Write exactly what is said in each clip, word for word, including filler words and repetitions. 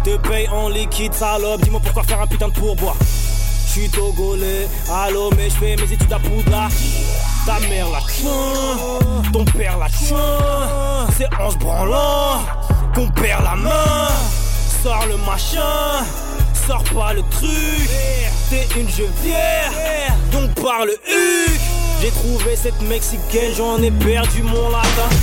Te paye en liquide, salope, dis-moi pourquoi faire un putain de pourboire. J'suis togolais, allô, mais j'fais mes études à Poudlard. Ta mère la chien, ton père la chien. C'est en se branlant qu'on perd la main. Sors le machin, sors pas le truc. T'es une gevière, donc parle huc. J'ai trouvé cette mexicaine, j'en ai perdu mon latin.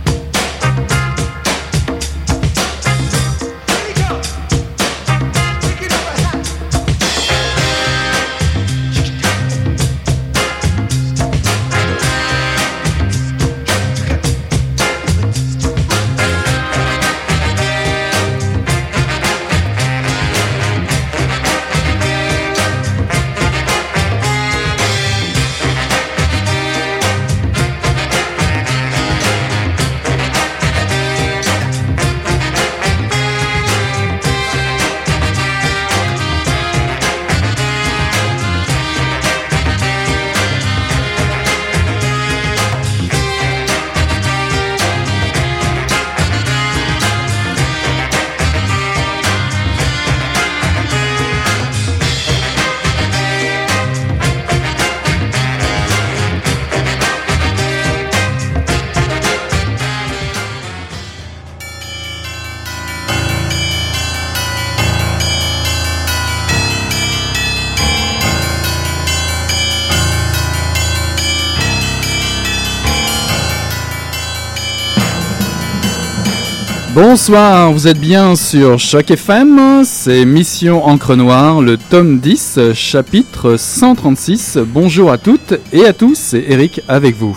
Bonsoir, vous êtes bien sur Choc F M, c'est Mission Encre Noire, le tome dix, chapitre cent trente-six. Bonjour à toutes et à tous, c'est Eric avec vous.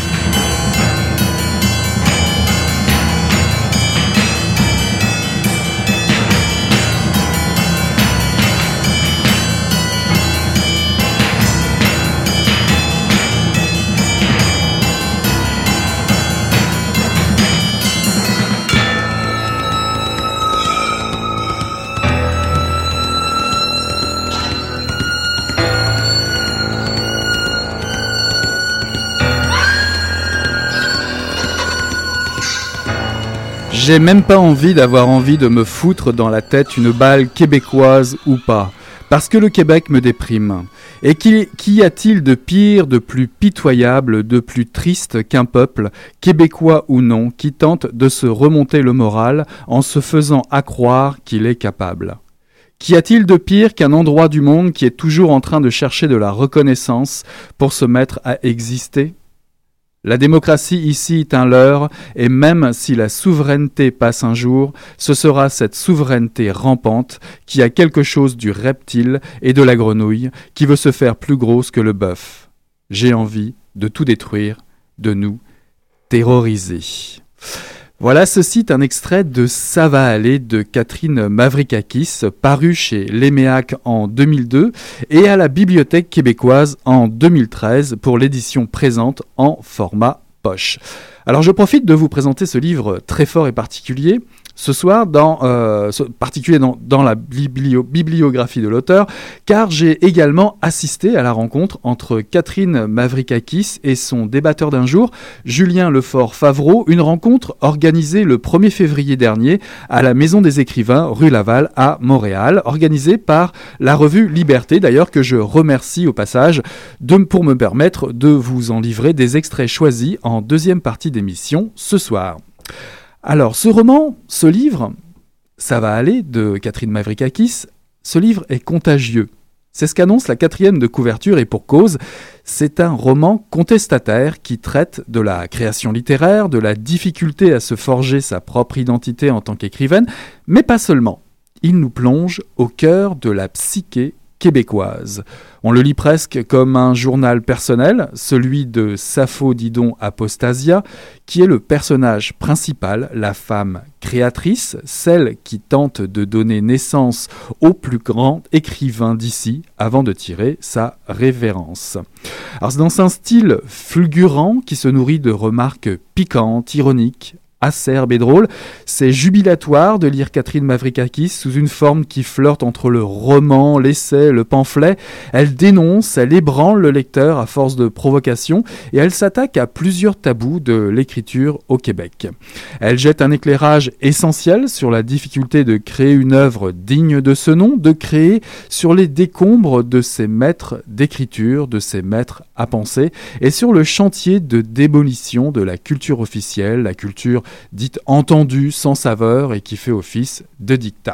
J'ai même pas envie d'avoir envie de me foutre dans la tête une balle québécoise ou pas, parce que le Québec me déprime. Et qu'y, qu'y a-t-il de pire, de plus pitoyable, de plus triste qu'un peuple, québécois ou non, qui tente de se remonter le moral en se faisant accroire qu'il est capable ? Qu'y a-t-il de pire qu'un endroit du monde qui est toujours en train de chercher de la reconnaissance pour se mettre à exister ? La démocratie ici est un leurre, et même si la souveraineté passe un jour, ce sera cette souveraineté rampante qui a quelque chose du reptile et de la grenouille, qui veut se faire plus grosse que le bœuf. J'ai envie de tout détruire, de nous terroriser. Voilà, ceci est un extrait de Ça va aller de Catherine Mavrikakis, paru chez Léméac en deux mille deux et à la Bibliothèque québécoise en deux mille treize pour l'édition présente en format poche. Alors je profite de vous présenter ce livre très fort et particulier ce soir, dans, euh, particulier dans, dans la biblio, bibliographie de l'auteur, car j'ai également assisté à la rencontre entre Catherine Mavrikakis et son débatteur d'un jour, Julien Lefort-Favreau, une rencontre organisée le premier février dernier à la Maison des Écrivains, rue Laval, à Montréal, organisée par la revue Liberté, d'ailleurs que je remercie au passage de, pour me permettre de vous en livrer des extraits choisis en deuxième partie d'émission ce soir. Alors, ce roman, ce livre, Ça va aller, de Catherine Mavrikakis, ce livre est contagieux. C'est ce qu'annonce la quatrième de couverture et pour cause, c'est un roman contestataire qui traite de la création littéraire, de la difficulté à se forger sa propre identité en tant qu'écrivaine, mais pas seulement. Il nous plonge au cœur de la psyché québécoise. On le lit presque comme un journal personnel, celui de Sappho Didon Apostasia, qui est le personnage principal, la femme créatrice, celle qui tente de donner naissance au plus grand écrivain d'ici avant de tirer sa révérence. Alors c'est dans un style fulgurant qui se nourrit de remarques piquantes, ironiques, acerbe et drôle. C'est jubilatoire de lire Catherine Mavrakakis sous une forme qui flirte entre le roman, l'essai, le pamphlet. Elle dénonce, elle ébranle le lecteur à force de provocation et elle s'attaque à plusieurs tabous de l'écriture au Québec. Elle jette un éclairage essentiel sur la difficulté de créer une œuvre digne de ce nom, de créer sur les décombres de ses maîtres d'écriture, de ses maîtres à penser et sur le chantier de démolition de la culture officielle, la culture dite entendue, sans saveur et qui fait office de dictat.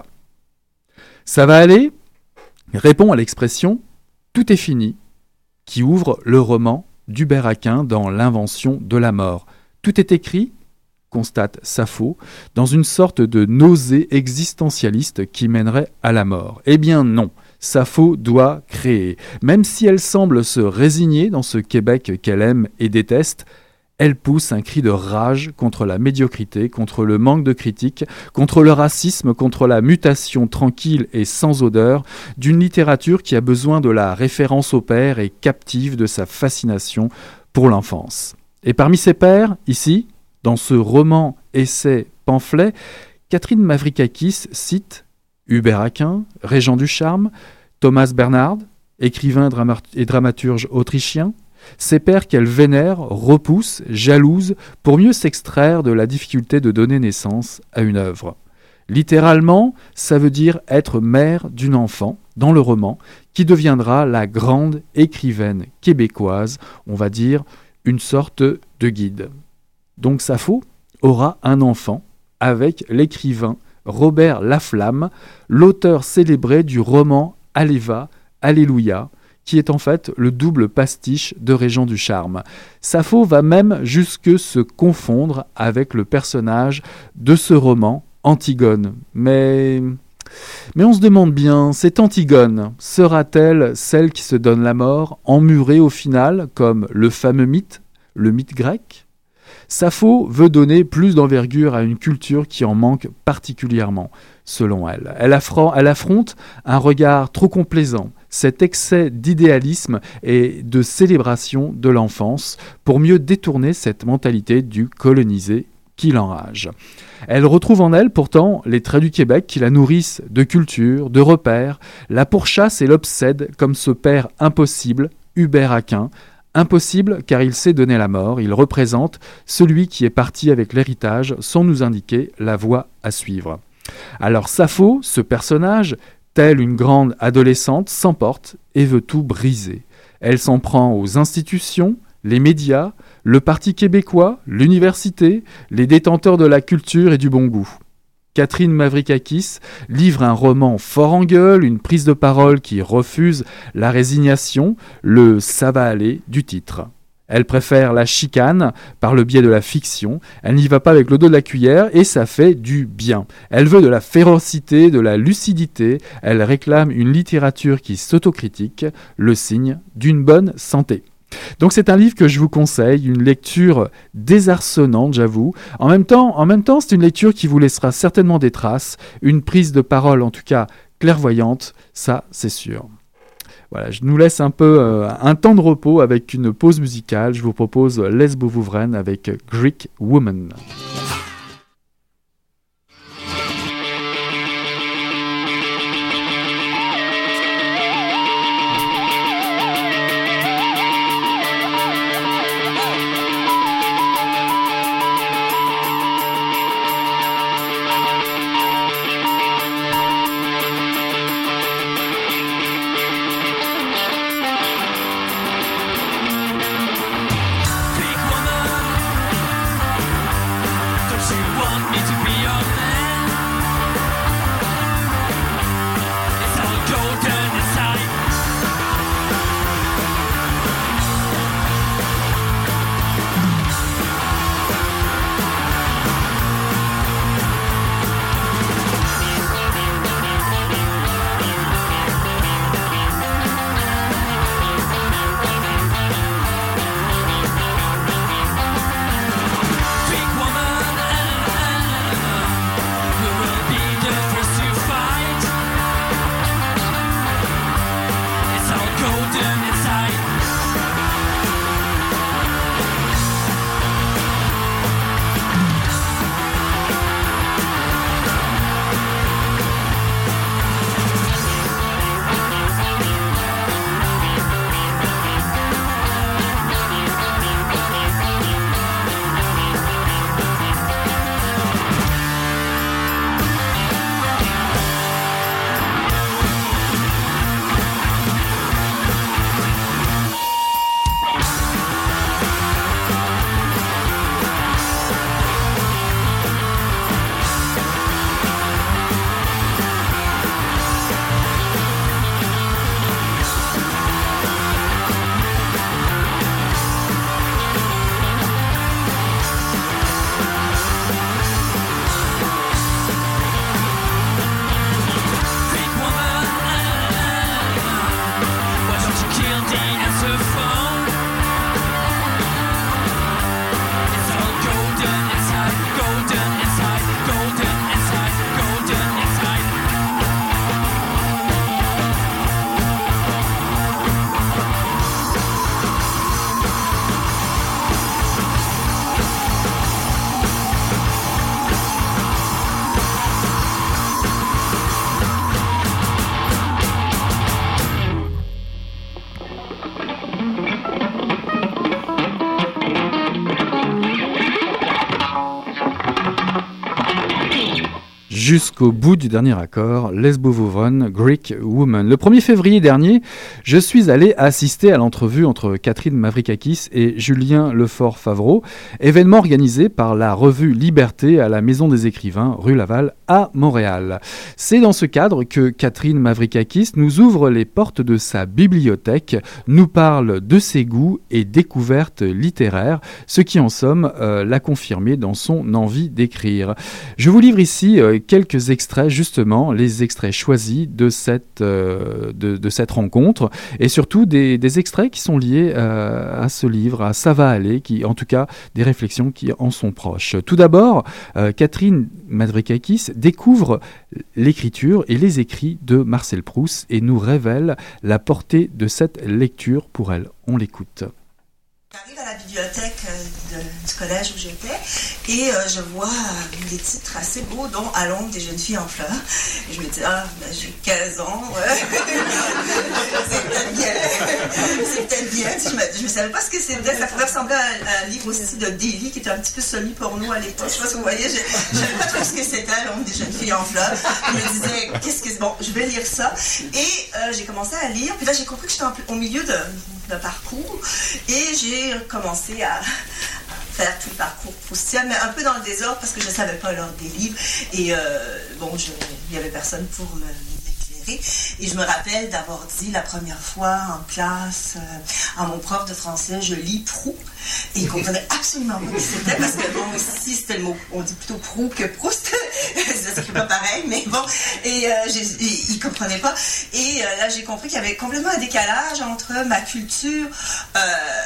Ça va aller répond à l'expression « tout est fini » qui ouvre le roman d'Hubert Aquin dans L'invention de la mort. Tout est écrit, constate Sappho, dans une sorte de nausée existentialiste qui mènerait à la mort. Eh bien non, Sappho doit créer. Même si elle semble se résigner dans ce Québec qu'elle aime et déteste, elle pousse un cri de rage contre la médiocrité, contre le manque de critique, contre le racisme, contre la mutation tranquille et sans odeur d'une littérature qui a besoin de la référence au père et captive de sa fascination pour l'enfance. Et parmi ses pairs, ici, dans ce roman, essai, pamphlet, Catherine Mavrakakis cite Hubert Aquin, régent du charme, Thomas Bernhard, écrivain et dramaturge autrichien, ces pères qu'elle vénère, repousse, jalouse, pour mieux s'extraire de la difficulté de donner naissance à une œuvre. Littéralement, ça veut dire être mère d'une enfant, dans le roman, qui deviendra la grande écrivaine québécoise, on va dire une sorte de guide. Donc Sappho aura un enfant avec l'écrivain Robert Laflamme, l'auteur célébré du roman Alléva, Alléluia, qui est en fait le double pastiche de Régent du Charme. Sappho va même jusque se confondre avec le personnage de ce roman, Antigone. Mais, mais on se demande bien, cette Antigone, sera-t-elle celle qui se donne la mort, emmurée au final, comme le fameux mythe, le mythe grec ? Sappho veut donner plus d'envergure à une culture qui en manque particulièrement, selon elle. Elle, affron- elle affronte un regard trop complaisant, cet excès d'idéalisme et de célébration de l'enfance pour mieux détourner cette mentalité du colonisé qui l'enrage. Elle retrouve en elle pourtant les traits du Québec qui la nourrissent de culture, de repères, la pourchasse et l'obsède comme ce père impossible, Hubert Aquin. Impossible car il sait donner la mort, il représente celui qui est parti avec l'héritage sans nous indiquer la voie à suivre. Alors Sappho, ce personnage, telle une grande adolescente, s'emporte et veut tout briser. Elle s'en prend aux institutions, les médias, le Parti québécois, l'université, les détenteurs de la culture et du bon goût. Catherine Mavrakakis livre un roman fort en gueule, une prise de parole qui refuse la résignation, le « ça va aller » du titre. Elle préfère la chicane par le biais de la fiction, elle n'y va pas avec le dos de la cuillère et ça fait du bien. Elle veut de la férocité, de la lucidité, elle réclame une littérature qui s'autocritique, le signe d'une bonne santé. Donc c'est un livre que je vous conseille, une lecture désarçonnante, j'avoue. En même temps, en même temps, c'est une lecture qui vous laissera certainement des traces, une prise de parole en tout cas clairvoyante, ça c'est sûr. Voilà, je nous laisse un peu euh, un temps de repos avec une pause musicale. Je vous propose Les Beauvouvren avec Greek Woman. Greek woman, jusqu'au bout du dernier accord, Lesbo-Vovon, Greek Woman. Le premier février dernier, je suis allé assister à l'entrevue entre Catherine Mavrikakis et Julien Lefort-Favreau, événement organisé par la revue Liberté à la Maison des Écrivains, rue Laval, à Montréal. C'est dans ce cadre que Catherine Mavrikakis nous ouvre les portes de sa bibliothèque, nous parle de ses goûts et découvertes littéraires, ce qui en somme euh, l'a confirmé dans son envie d'écrire. Je vous livre ici euh, quelques extraits, justement, les extraits choisis de cette, euh, de, de cette rencontre, et surtout des, des extraits qui sont liés euh, à ce livre, à Ça va aller, qui, en tout cas des réflexions qui en sont proches. Tout d'abord, euh, Catherine Mavrikakis découvre l'écriture et les écrits de Marcel Proust et nous révèle la portée de cette lecture pour elle. On l'écoute. J'arrive à la bibliothèque de, du collège où j'étais et euh, je vois euh, des titres assez beaux, dont À l'ombre des jeunes filles en fleurs. Et je me dis, ah, ben, j'ai quinze ans, ouais. c'est peut-être bien. c'est peut-être bien. Je ne savais pas ce que c'était. Ça pouvait ressembler à un livre aussi de Daily qui était un petit peu semi-porno à l'époque. Je ne sais pas si vous voyez. Je ne savais pas trop ce que c'était, À l'ombre des jeunes filles en fleurs. Je me disais, qu'est-ce que c'est? Bon, je vais lire ça. Et euh, j'ai commencé à lire. Puis là, j'ai compris que j'étais au milieu de. de parcours et j'ai commencé à faire tout le parcours proustien, mais un peu dans le désordre parce que je ne savais pas l'ordre des livres et euh, bon, il n'y avait personne pour me m'éclairer. Et je me rappelle d'avoir dit la première fois en classe euh, à mon prof de français, je lis Proust, et il ne comprenait absolument pas ce que c'était parce que bon, ici c'était le mot, on dit plutôt Proust que Proust, ça s'écrit pas pareil, mais bon, et euh, il ne comprenait pas. Et euh, là j'ai compris qu'il y avait complètement un décalage entre ma culture, euh,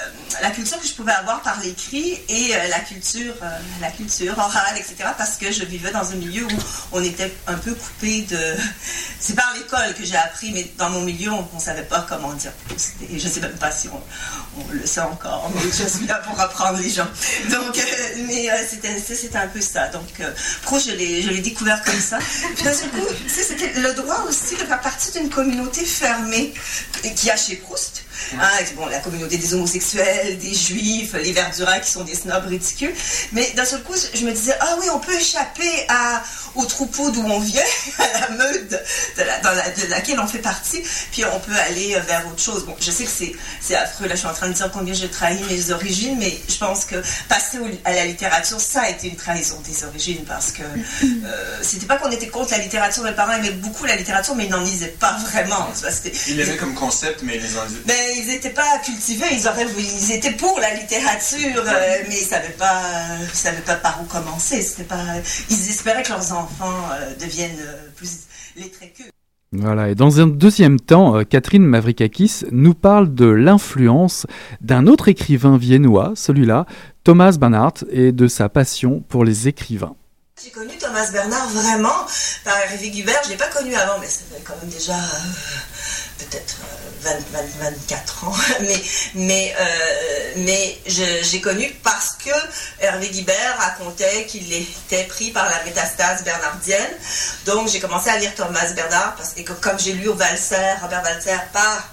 la culture que je pouvais avoir par l'écrit et euh, la culture, euh, la culture orale, et cetera. Parce que je vivais dans un milieu où on était un peu coupé de. C'est par l'école que j'ai appris, mais dans mon milieu on ne savait pas comment dire Proust. Et je ne sais même pas si on, on le sait encore, mais je suis là pour apprendre les gens. Donc, euh, mais euh, c'était, c'était un peu ça. Donc, euh, Proust, je l'ai, je l'ai découvert comme ça. Puis d'un seul coup, c'était le droit aussi de faire partie d'une communauté fermée qu'il y a chez Proust. Hein, bon, la communauté des homosexuels, des juifs, les verdurins qui sont des snobs ridicules. Mais d'un seul coup, je me disais, ah oui, on peut échapper à, au troupeau d'où on vient, à la meute de, la, dans la, de laquelle on fait partie, puis on peut aller vers autre chose. Bon, je sais que c'est, c'est affreux, là je suis en train de dire combien j'ai trahi mes origines, mais je pense que passer au, à la littérature, ça a été une trahison des origines, parce que euh, c'était pas qu'on était contre la littérature, mes parents aimaient beaucoup la littérature, mais ils n'en lisaient pas vraiment. Ils l'aimaient comme concept, mais ils les en ben, ils n'étaient pas cultivés, ils, auraient, ils étaient pour la littérature, euh, mais ils ne savaient pas, ils savaient pas par où commencer. C'était pas, ils espéraient que leurs enfants euh, deviennent euh, plus lettrés qu'eux. Voilà, et dans un deuxième temps, Catherine Mavrikakis nous parle de l'influence d'un autre écrivain viennois, celui-là, Thomas Bernhard, et de sa passion pour les écrivains. J'ai connu Thomas Bernhard vraiment par Hervé Guibert, je ne l'ai pas connu avant, mais ça fait quand même déjà euh, peut-être euh, vingt, vingt, vingt-quatre ans, mais, mais, euh, mais je, j'ai connu parce que Hervé Guibert racontait qu'il était pris par la métastase bernhardienne, donc j'ai commencé à lire Thomas Bernhard, parce que comme j'ai lu au Walser, Robert Walser par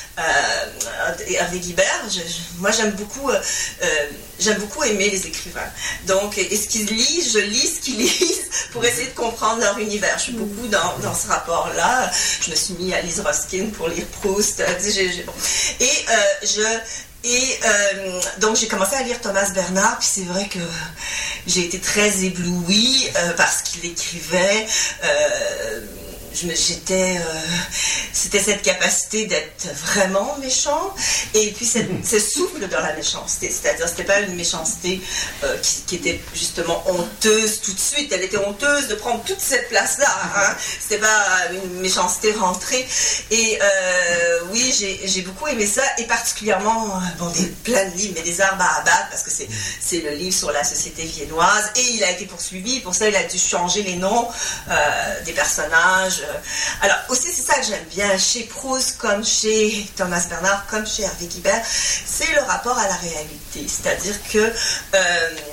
Euh, Hervé Guibert, je, je, moi j'aime beaucoup, euh, euh, j'aime beaucoup aimer les écrivains. Donc, et ce qu'ils lisent, je lis ce qu'ils lisent pour essayer de comprendre leur univers. Je suis beaucoup dans, dans ce rapport-là. Je me suis mis à Lise Ruskin pour lire Proust. J'ai, j'ai, bon. Et euh, je Et euh, donc j'ai commencé à lire Thomas Bernhard, puis c'est vrai que j'ai été très éblouie euh, parce qu'il écrivait. Euh, Je me, j'étais, euh, c'était cette capacité d'être vraiment méchant, et puis cette, ce souffle dans la méchanceté, c'est-à-dire c'était pas une méchanceté euh, qui, qui était justement honteuse tout de suite, elle était honteuse de prendre toute cette place-là, hein. C'était pas une méchanceté rentrée, et euh, oui, j'ai, j'ai beaucoup aimé ça, et particulièrement, bon, des, plein de livres, mais des arbres à abattre, parce que c'est, c'est le livre sur la société viennoise, et il a été poursuivi, pour ça il a dû changer les noms euh, des personnages. Alors aussi c'est ça que j'aime bien chez Proust comme chez Thomas Bernhard comme chez Hervé Guibert, c'est le rapport à la réalité, c'est-à-dire que euh,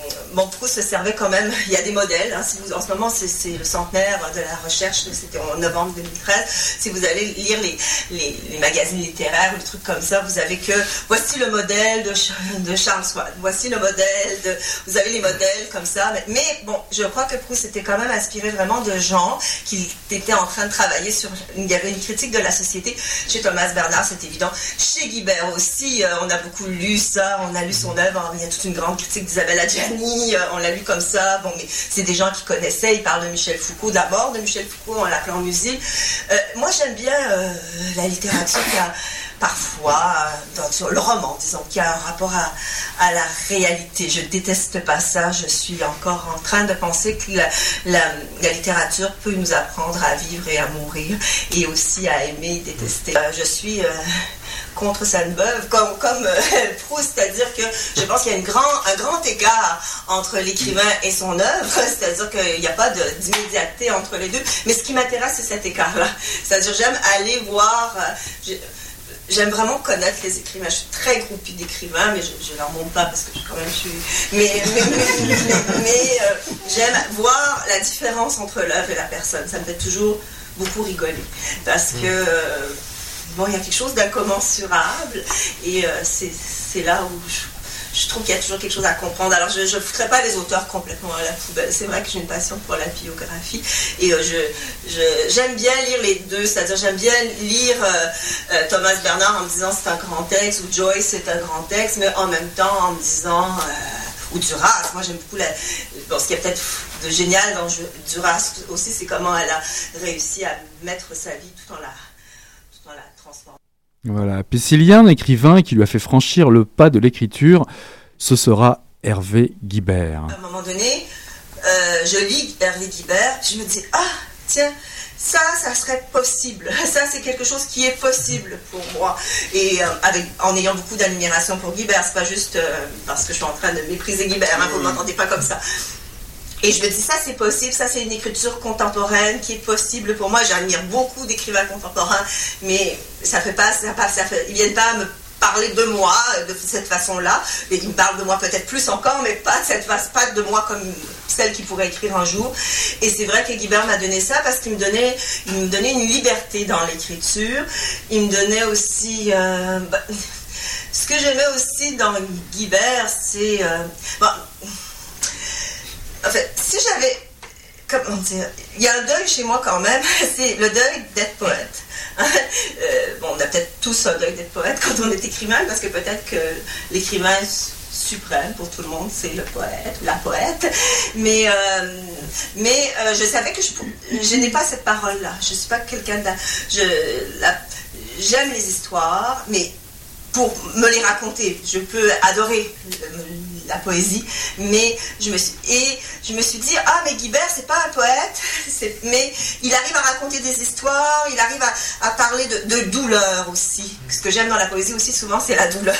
bon, Proust se servait quand même, il y a des modèles, hein, si vous, en ce moment c'est, c'est le centenaire de la recherche, c'était en novembre deux mille treize, si vous allez lire les, les, les magazines littéraires ou des trucs comme ça, vous avez que, voici le modèle de, de Charles Swann, voici le modèle de, vous avez les modèles comme ça, mais, mais bon, je crois que Proust était quand même inspiré vraiment de gens qui étaient en train de travailler sur, il y avait une critique de la société, chez Thomas Bernard, c'est évident, chez Guibert aussi, euh, on a beaucoup lu ça, on a lu son œuvre, il y a toute une grande critique d'Isabelle Adjani, euh, on l'a lu comme ça, bon, mais c'est des gens qui connaissaient, ils parlent de Michel Foucault, d'abord de Michel Foucault en l'appelant Musil. Euh, moi j'aime bien euh, la littérature qui a parfois, dans, sur le roman, disons, qui a un rapport à, à la réalité. Je déteste pas ça, je suis encore en train de penser que la, la, la littérature peut nous apprendre à vivre et à mourir, et aussi à aimer et détester. Euh, je suis... Euh, contre Sainte-Beuve, comme, comme euh, Proust, c'est-à-dire que je pense qu'il y a une grand, un grand écart entre l'écrivain et son œuvre, c'est-à-dire qu'il n'y a pas de, d'immédiateté entre les deux, mais ce qui m'intéresse, c'est cet écart-là. C'est-à-dire j'aime aller voir... Euh, J'aime vraiment connaître les écrivains. Je suis très groupie d'écrivains, mais je ne leur montre pas parce que je, quand même je suis. Mais, mais, mais, mais, mais euh, j'aime voir la différence entre l'œuvre et la personne. Ça me fait toujours beaucoup rigoler parce que euh, bon, il y a quelque chose d'incommensurable et euh, c'est, c'est là où je, je trouve qu'il y a toujours quelque chose à comprendre. Alors je ne foutrais pas les auteurs complètement à la poubelle. C'est vrai que j'ai une passion pour la biographie et euh, je, je, j'aime bien lire les deux. C'est-à-dire j'aime bien lire euh, euh, Thomas Bernard en me disant c'est un grand texte ou Joyce c'est un grand texte, mais en même temps en me disant euh, ou Duras. Moi j'aime beaucoup la. Bon, ce qui est peut-être de génial dans Duras aussi, c'est comment elle a réussi à mettre sa vie tout en la, tout en la transformant. Voilà. Puis s'il y a un écrivain qui lui a fait franchir le pas de l'écriture, ce sera Hervé Guibert. À un moment donné, euh, je lis Hervé Guibert, je me dis ah tiens. Ça, ça serait possible. Ça, c'est quelque chose qui est possible pour moi. Et euh, avec, en ayant beaucoup d'admiration pour Guibert, c'est pas juste euh, parce que je suis en train de mépriser Guibert, hein, vous ne m'entendez pas comme ça. Et je me dis, ça c'est possible, ça c'est une écriture contemporaine qui est possible pour moi. J'admire beaucoup d'écrivains contemporains, mais ça fait pas, ça, ça fait, ils viennent pas me parler de moi de cette façon-là. Et ils me parlent de moi peut-être plus encore, mais pas de cette façon, pas de moi comme celle qui pourrait écrire un jour. Et c'est vrai que Guibert m'a donné ça parce qu'il me donnait, il me donnait une liberté dans l'écriture. Il me donnait aussi... Euh, bah, ce que j'aimais aussi dans Guibert, c'est... Euh, bon, en fait, si j'avais... Comment dire? Il y a un deuil chez moi quand même, c'est le deuil d'être poète. euh, bon, on a peut-être tous un deuil d'être poète quand on est écrivain, parce que peut-être que l'écrivain suprême pour tout le monde, c'est le poète ou la poète. Mais, euh, mais euh, je savais que je, je n'ai pas cette parole-là. Je ne suis pas quelqu'un de... Je, la, j'aime les histoires, mais... pour me les raconter. Je peux adorer la poésie, mais je me suis, et je me suis dit, ah, mais Guibert, c'est pas un poète, c'est, mais il arrive à raconter des histoires, il arrive à, à parler de, de douleur aussi. Ce que j'aime dans la poésie aussi, souvent, c'est la douleur.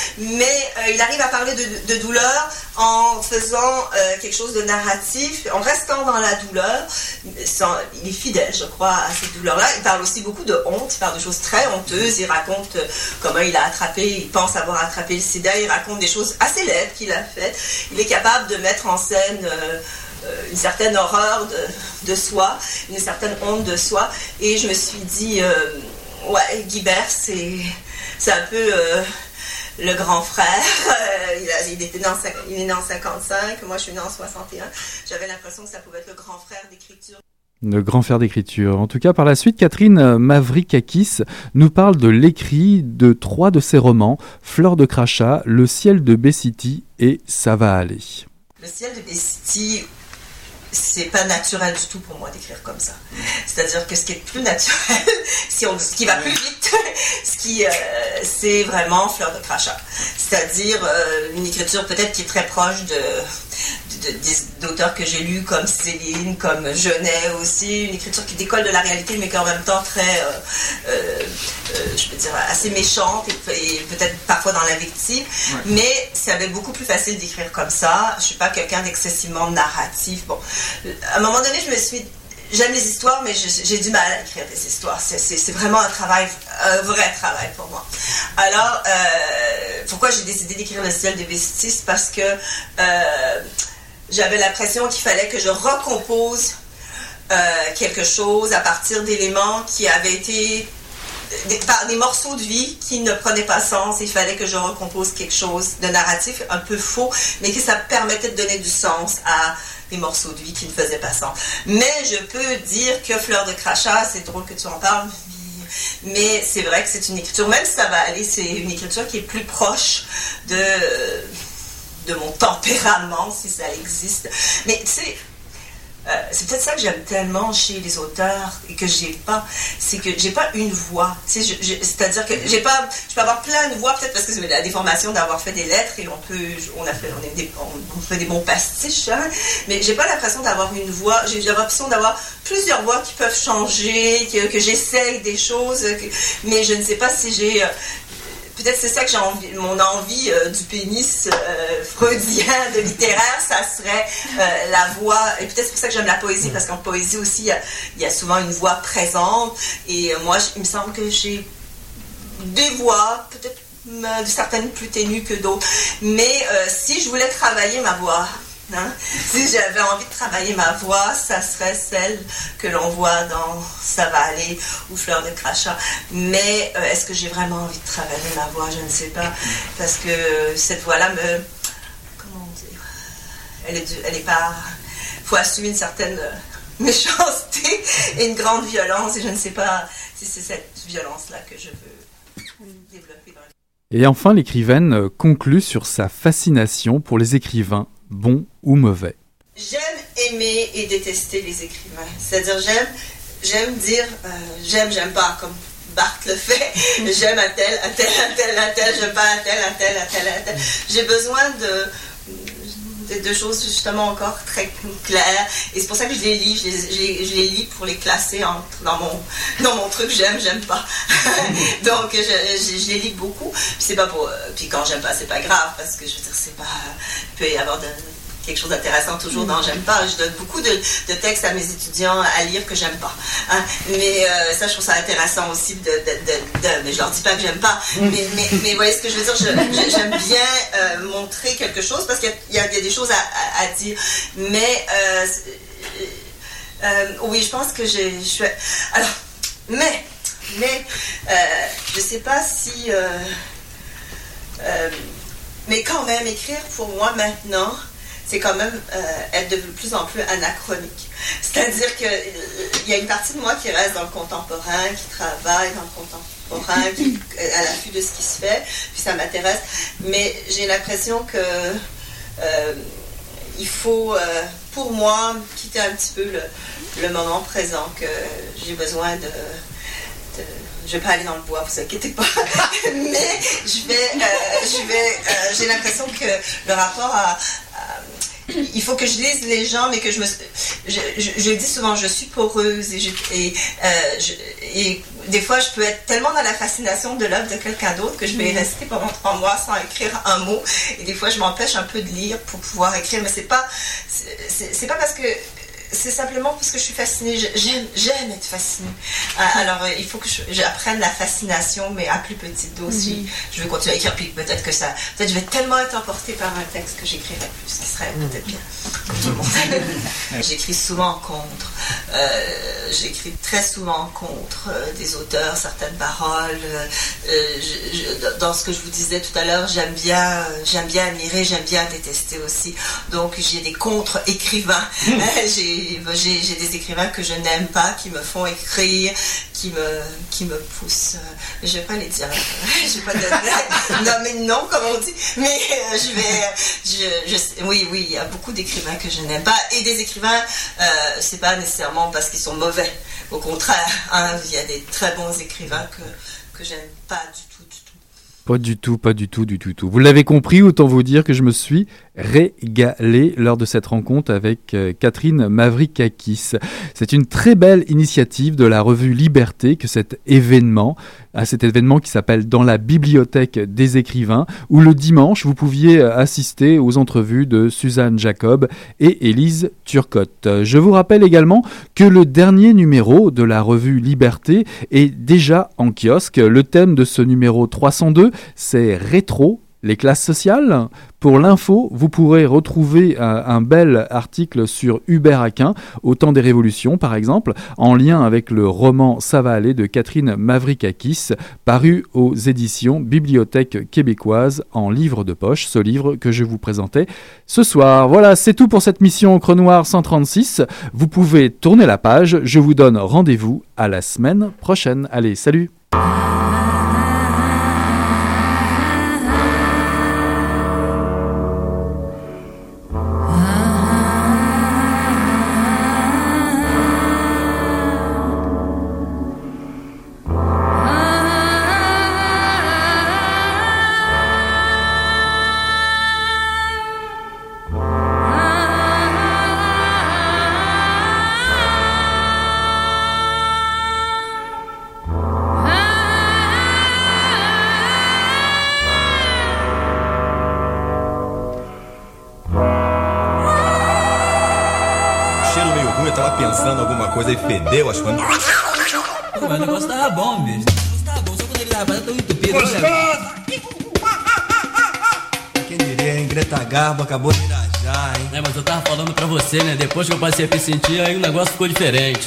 Mais euh, il arrive à parler de, de douleur en faisant euh, quelque chose de narratif, en restant dans la douleur. Sans, il est fidèle, je crois, à cette douleur-là. Il parle aussi beaucoup de honte, il parle de choses très honteuses, il raconte euh, comment il a attrapé, il pense avoir attrapé le sida, il raconte des choses assez laides qu'il a faites. Il est capable de mettre en scène euh, euh, une certaine horreur de, de soi, une certaine honte de soi. Et je me suis dit, euh, ouais, Guibert, c'est, c'est un peu euh, le grand frère. Euh, il, a, il, était né en, il est né en cinquante-cinq, moi je suis né en soixante et un. J'avais l'impression que ça pouvait être le grand frère d'écriture. Le grand frère d'écriture. En tout cas, par la suite, Catherine Mavrikakis nous parle de l'écrit de trois de ses romans, Fleur de crachat, Le ciel de Bessity et Ça va aller. Le ciel de Bessity, c'est pas naturel du tout pour moi d'écrire comme ça. C'est-à-dire que ce qui est plus naturel, si on, ce qui va plus vite, ce qui, euh, c'est vraiment Fleur de crachat. C'est-à-dire euh, une écriture peut-être qui est très proche de... De, de, d'auteurs que j'ai lus comme Céline, comme Genet aussi, une écriture qui décolle de la réalité mais qui est en même temps très, euh, euh, euh, je peux dire, assez méchante et, et peut-être parfois dans l'invective, ouais. Mais ça va être beaucoup plus facile d'écrire comme ça. Je suis pas quelqu'un d'excessivement narratif. Bon, à un moment donné, je me suis j'aime les histoires, mais j'ai, j'ai du mal à écrire des histoires. C'est, c'est, c'est vraiment un travail, un vrai travail pour moi. Alors, euh, pourquoi j'ai décidé d'écrire Le ciel des Vésustis? Parce que euh, j'avais l'impression qu'il fallait que je recompose euh, quelque chose à partir d'éléments qui avaient été Des, par des morceaux de vie qui ne prenaient pas sens. Il fallait que je recompose quelque chose de narratif un peu faux, mais que ça permettait de donner du sens à des morceaux de vie qui ne faisaient pas sens. Mais je peux dire que Fleur de crachat, c'est drôle que tu en parles, mais, mais c'est vrai que c'est une écriture, même si ça va aller, c'est une écriture qui est plus proche de, de mon tempérament, si ça existe. Mais tu sais, Euh, c'est peut-être ça que j'aime tellement chez les auteurs et que j'ai pas, c'est que j'ai pas une voix, tu sais, je, je, c'est-à-dire que j'ai pas, je peux avoir plein de voix, peut-être parce que c'est la déformation d'avoir fait des lettres et on peut, on a fait, on, est des, on, on fait des bons pastiches, hein, mais j'ai pas l'impression d'avoir une voix, j'ai, j'ai l'impression d'avoir plusieurs voix qui peuvent changer, que, que j'essaye des choses, que, mais je ne sais pas si j'ai... Euh, Peut-être c'est ça que j'ai envie, mon envie euh, du pénis euh, freudien de littéraire, ça serait euh, la voix, et peut-être c'est pour ça que j'aime la poésie, parce qu'en poésie aussi, il y a, il y a souvent une voix présente, et euh, moi, il me semble que j'ai des voix, peut-être euh, certaines plus ténues que d'autres, mais euh, si je voulais travailler ma voix, hein, si j'avais envie de travailler ma voix, ça serait celle que l'on voit dans Ça va aller ou Fleur de crachat. Mais euh, est-ce que j'ai vraiment envie de travailler ma voix? Je ne sais pas. Parce que cette voix-là me... Comment dire? Elle est, du, elle est pas... Il faut assumer une certaine méchanceté et une grande violence. Et je ne sais pas si c'est cette violence-là que je veux développer dans les... Et enfin, l'écrivaine conclut sur sa fascination pour les écrivains, bons ou mauvais. J'aime aimer et détester les écrivains. C'est-à-dire, j'aime, j'aime dire, euh, j'aime, j'aime pas, comme Barthes le fait. J'aime un tel, un tel, un tel, un tel, j'aime pas un tel, un tel, un tel, un tel. J'ai besoin de, de, de choses justement encore très claires. Et c'est pour ça que je les lis. Je les, je les, je les lis pour les classer entre, dans, mon, dans mon truc j'aime, j'aime pas. Donc, je, je, je les lis beaucoup. Puis c'est pas pour... Puis quand j'aime pas, c'est pas grave, parce que je veux dire, c'est pas... Il peut y avoir de... quelque chose d'intéressant toujours dans J'aime pas. Je donne beaucoup de, de textes à mes étudiants à lire que j'aime pas. Hein. Mais euh, ça, je trouve ça intéressant aussi de... de, de, de mais je leur dis pas que j'aime pas. Mais, mais, mais vous voyez ce que je veux dire? Je, je, j'aime bien euh, montrer quelque chose parce qu'il y a, il y a des choses à, à, à dire. Mais euh, euh, oui, je pense que j'ai... Je suis... Alors, mais... Mais euh, je sais pas si... Euh, euh, mais quand même, écrire pour moi maintenant... c'est quand même euh, être de plus en plus anachronique. C'est-à-dire qu'il euh, y a une partie de moi qui reste dans le contemporain, qui travaille dans le contemporain, qui est à l'affût de ce qui se fait, puis ça m'intéresse. Mais j'ai l'impression que euh, il faut, euh, pour moi, quitter un petit peu le, le moment présent, que j'ai besoin de... de je vais pas aller dans le bois, vous inquiétez pas. Mais je vais, euh, je vais, euh, j'ai l'impression que le rapport à, à il faut que je lise les gens, mais que je me... Je, je, je dis souvent, je suis poreuse, et, je, et, euh, je, et des fois, je peux être tellement dans la fascination de l'œuvre de quelqu'un d'autre que je vais rester pendant trois mois sans écrire un mot. Et des fois, je m'empêche un peu de lire pour pouvoir écrire, mais c'est pas... C'est, c'est pas parce que... C'est simplement parce que je suis fascinée. J'aime, j'aime être fascinée. Alors, il faut que j'apprenne la fascination, mais à plus petite dose. Mm-hmm. Je veux continuer à écrire, puis peut-être que ça... Peut-être que je vais tellement être emportée par un texte que j'écrirai plus, ce qui serait peut-être bien pour tout le monde. J'écris souvent contre. Euh, j'écris très souvent contre euh, des auteurs, certaines paroles. Euh, je, je, dans ce que je vous disais tout à l'heure, j'aime bien, euh, j'aime bien admirer, j'aime bien détester aussi. Donc, j'ai des contre-écrivains. j'ai J'ai, j'ai des écrivains que je n'aime pas, qui me font écrire, qui me, qui me poussent. Je ne vais pas les dire. Je vais pas de, nommer de nom, comme on dit. Mais euh, je vais... Je, je, oui, oui, il y a beaucoup d'écrivains que je n'aime pas. Et des écrivains, euh, c'est pas nécessairement parce qu'ils sont mauvais. Au contraire, hein, il y a des très bons écrivains que, que j'aime pas du tout, du tout. Pas du tout, pas du tout, du tout, tout. Vous l'avez compris, autant vous dire que je me suis régalé lors de cette rencontre avec euh, Catherine Mavrikakis. C'est une très belle initiative de la revue Liberté que cet événement, à cet événement qui s'appelle Dans la bibliothèque des écrivains, où le dimanche, vous pouviez assister aux entrevues de Suzanne Jacob et Élise Turcotte. Je vous rappelle également que le dernier numéro de la revue Liberté est déjà en kiosque. Le thème de ce numéro trois cent deux, c'est rétro, les classes sociales. Pour l'info, vous pourrez retrouver un, un bel article sur Hubert Aquin, au temps des révolutions par exemple, en lien avec le roman Ça va aller de Catherine Mavrikakis, paru aux éditions Bibliothèque québécoise en livre de poche, ce livre que je vous présentais ce soir. Voilà, c'est tout pour cette mission Encre Noire cent trente-six. Vous pouvez tourner la page, je vous donne rendez-vous à la semaine prochaine. Allez, salut! Pensando alguma coisa e fedeu as coisas. Pô, mas o negócio tava bom, bicho. O negócio tava bom, só quando ele tava tão entupido. Quem diria, hein? Greta Garbo acabou de irajar, hein? É, mas eu tava falando pra você, né? Depois que eu passei a me sentir, aí o negócio ficou diferente.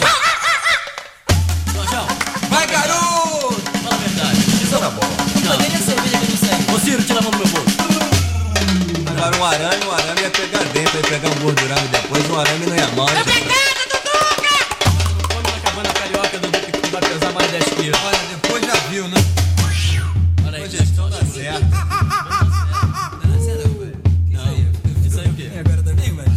João, vai, garoto! Fala a verdade. Isso tá bom. Não, nem a cerveja que não serve. Ô, Ciro, tira a mão do meu bolso. Agora um arame, um arame ia pegar dentro, ia pegar um gordurame depois, um arame não ia mal. É pecado, Duduca! Não come na cabana carioca, Duduca, que vai pesar mais dez quilos. Olha, depois já viu, né? Olha aí, gente, então dá certo. Não, isso aí, isso aí o quê? Agora também, velho.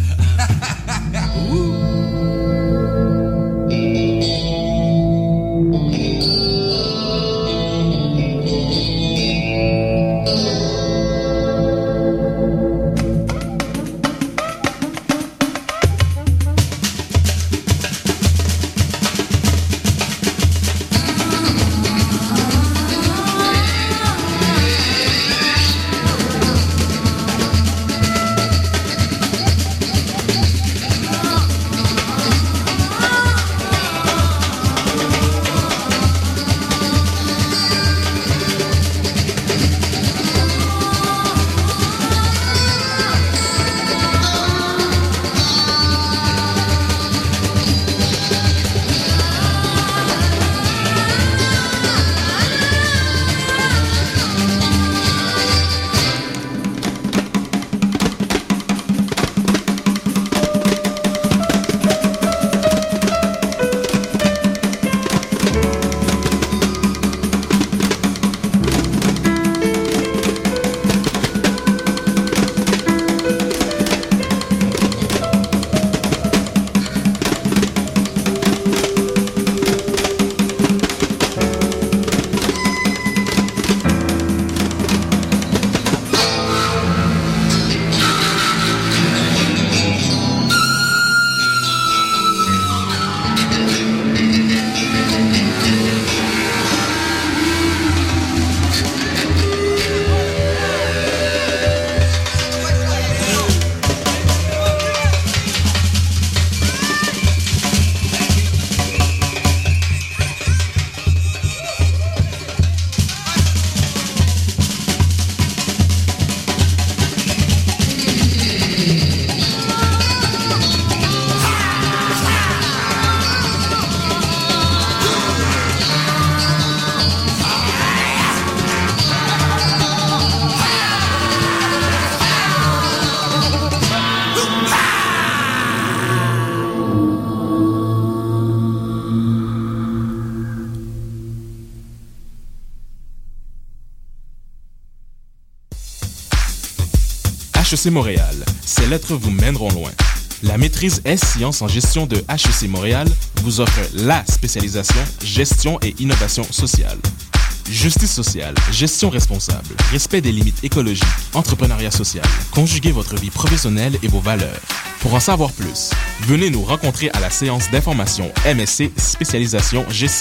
H E C Montréal, ces lettres vous mèneront loin. La maîtrise S-Sciences en gestion de H E C Montréal vous offre la spécialisation gestion et innovation sociale. Justice sociale, gestion responsable, respect des limites écologiques, entrepreneuriat social. Conjuguez votre vie professionnelle et vos valeurs. Pour en savoir plus, venez nous rencontrer à la séance d'information M S C spécialisation gestion